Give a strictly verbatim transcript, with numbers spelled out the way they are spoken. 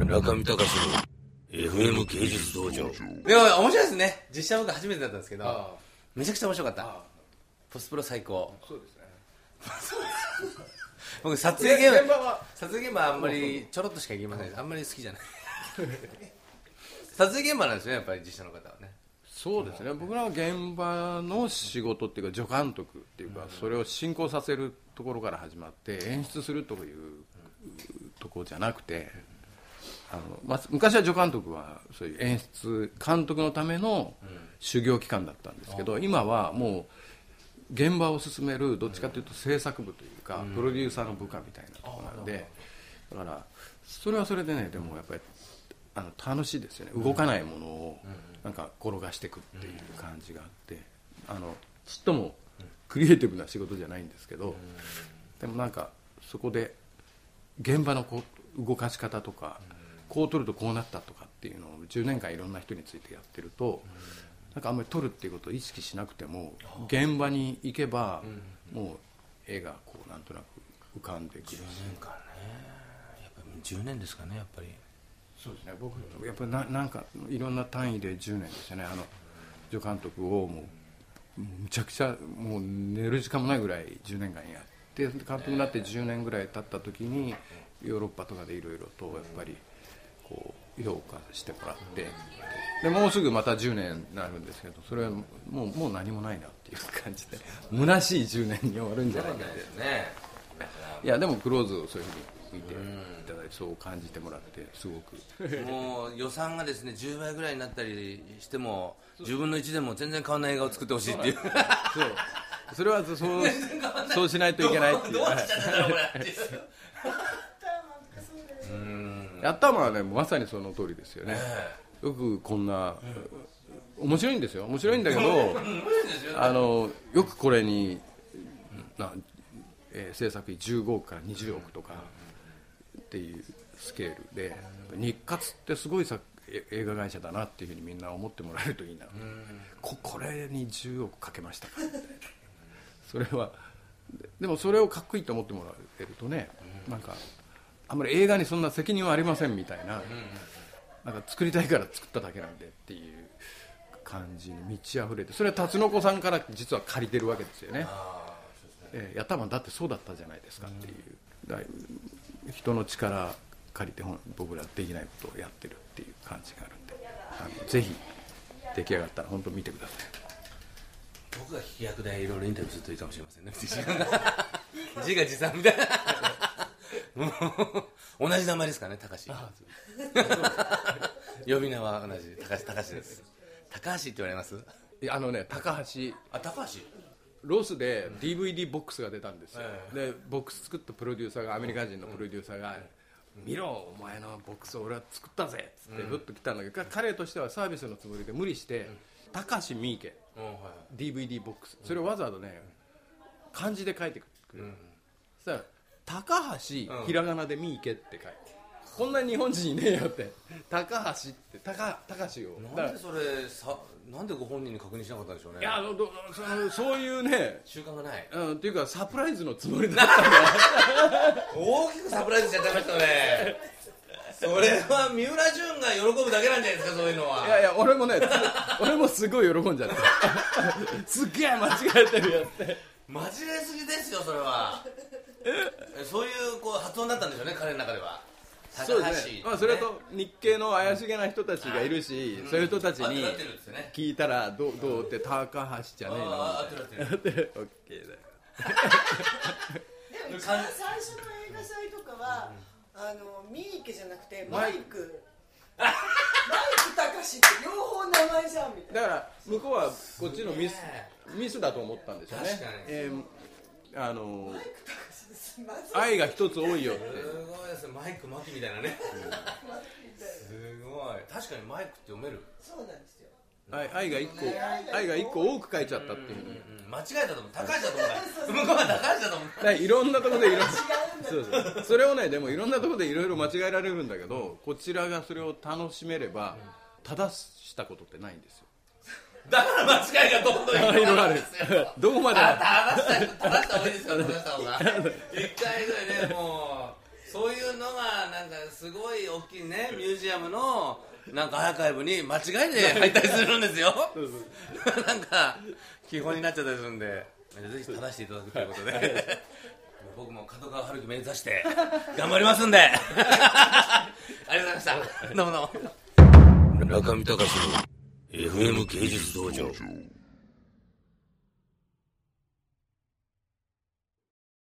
村上隆の エフエム 芸術道場。 でも面白いですね。実写僕初めてだったんですけど、めちゃくちゃ面白かった。ポストプロ最高。そうですね。僕撮影現場は撮影現場はあんまりちょろっとしか行けません。あんまり好きじゃない。撮影現場なんですね、やっぱり実写の方はね。 そうですね。僕らは現場の仕事っていうか助監督っていうか、それを進行させるところから始まって演出するというところじゃなくて、あの、まあ、昔は助監督はそういう演出監督のための修行期間だったんですけど、今はもう現場を進めるどっちかというと制作部というかプロデューサーの部下みたいなところなんで、だからそれはそれでね、でもやっぱりあの楽しいですよね。動かないものをなんか転がしていくっていう感じがあって、あのちっともクリエイティブな仕事じゃないんですけど、でもなんかそこで現場のこう動かし方とか、こう撮るとこうなったとかっていうのをじゅうねんかんいろんな人についてやってると、なんかあんまり撮るっていうことを意識しなくても現場に行けばもう絵がこうなんとなく浮かんでくる。 じゅうねんかんね、やっぱりじゅうねんですかね、やっぱり。 そうですね。僕やっぱり な, なんかいろんな単位でじゅうねんですよね。あの助監督をもうむちゃくちゃもう寝る時間もないぐらいじゅうねんかんやって、監督になってじゅうねんぐらい経った時にヨーロッパとかでいろいろとやっぱりこう評価してもらって、でもうすぐまたじゅうねんになるんですけど、それはもう、もう何もないなっていう感じで虚しいじゅうねんに終わるんじゃないかって。いやでもクローズをそういうふうに見ていただいて、そう感じてもらってすごくもう予算がですねじゅうばいぐらいになったりしてもじゅうぶんのいちでも全然変わらない映画を作ってほしいっていう。そうそれはそうそうしないといけないっていう。 どうしちゃったんだろうこれ。 やったのはね、まさにその通りですよね。よくこんな面白いんですよ。面白いんだけど、あのよくこれにな、えー、制作費じゅうごおくからにじゅうおくとかっていうスケールで、日活ってすごいさ映画会社だなっていうふうにみんな思ってもらえるといいな。こ, これにじゅうおくかけましたかみたいな。それはでもそれをかっこいいと思ってもらえるとね、なんかあんまり映画にそんな責任はありませんみたいな、なんか作りたいから作っただけなんでっていう感じに満ち溢れて、それは辰野子さんから実は借りてるわけですよね。えー、やったまだってそうだったじゃないですかっていう、だ人の力借りて僕らできないことをやってるっていう感じがあるんで、あのぜひ出来上がったら本当見てください。 僕が飛躍でいろいろインタビューするといいかもしれませんね。自画自賛みたいな。同じ名前ですからね、高橋。呼び名は同じ、高橋、高橋です。高橋って言われます？ いやあのね、高橋。 あ、高橋。 ロスで ディーブイディー ボックスが出たんですよ。で、ボックス作ったプロデューサーが、アメリカ人のプロデューサーが、見ろ、お前のボックスを俺は作ったぜっつってふっと来たんだけど、彼としてはサービスのつもりで無理して、高橋三池 ディーブイディー ボックス、それをわざわざね、漢字で書いてくれる。そしたら高橋、ひらがなで三池って書いて、こんな日本人いねえよって、高橋って高橋をなんでそれさ、なんでご本人に確認しなかったんでしょうね。 いや、あのどそのそういうね習慣がない、 うん、っていうかサプライズのつもりだったんだ大きくサプライズしちゃってましたね。それは三浦淳が喜ぶだけなんじゃないですか、そういうのは。 いやいや、俺もね俺もすごい喜んじゃってすっげえ間違えてるやって間違えすぎですよ、それは。そういうこう発音だったんでしょうね、彼の中では。 そうですね。まあそれと日系の怪しげな人たちがいるし、そういう人たちに聞いたらどうどうって高橋じゃねえの。 ああ、合ってる合ってる。 オッケーだよ。 でも一番最初の映画祭とかはあの三池じゃなくてマイク。マイク高しって両方名前じゃんみたいな。 だから向こうはこっちのミスミスだと思ったんですよね。 確かに。 えー、あのマイク高しです。 愛が一つ多いよって。 すごいですね、マイクマキみたいなね。すごい。確かにマイクって読める。 そうなんですよ。 愛, 愛が一個愛が一個多く書いちゃったっていうふうに、 うんうんうん、間違えたと思う。高橋だと思った向こうは高橋だと思った。 いろんなところでいろそうそうそれをね、でもいろんなところでいろいろ間違えられるんだけど、こちらがそれを楽しめれば正したことってないんですよ。 だから間違いがどんどん広がるんですよ。 どこまで正した正した方がいいですよ。正した方が一回ぐらいね、もうそういうのがなんかすごい大きいねミュージアムのなんかアーカイブに間違いで入ったりするんですよなんか基本になっちゃったりするんでぜひ正していただくということで僕も角川春樹目指して頑張りますんでありがとうございましたどうもどうも中見隆の エフエム 芸術道場。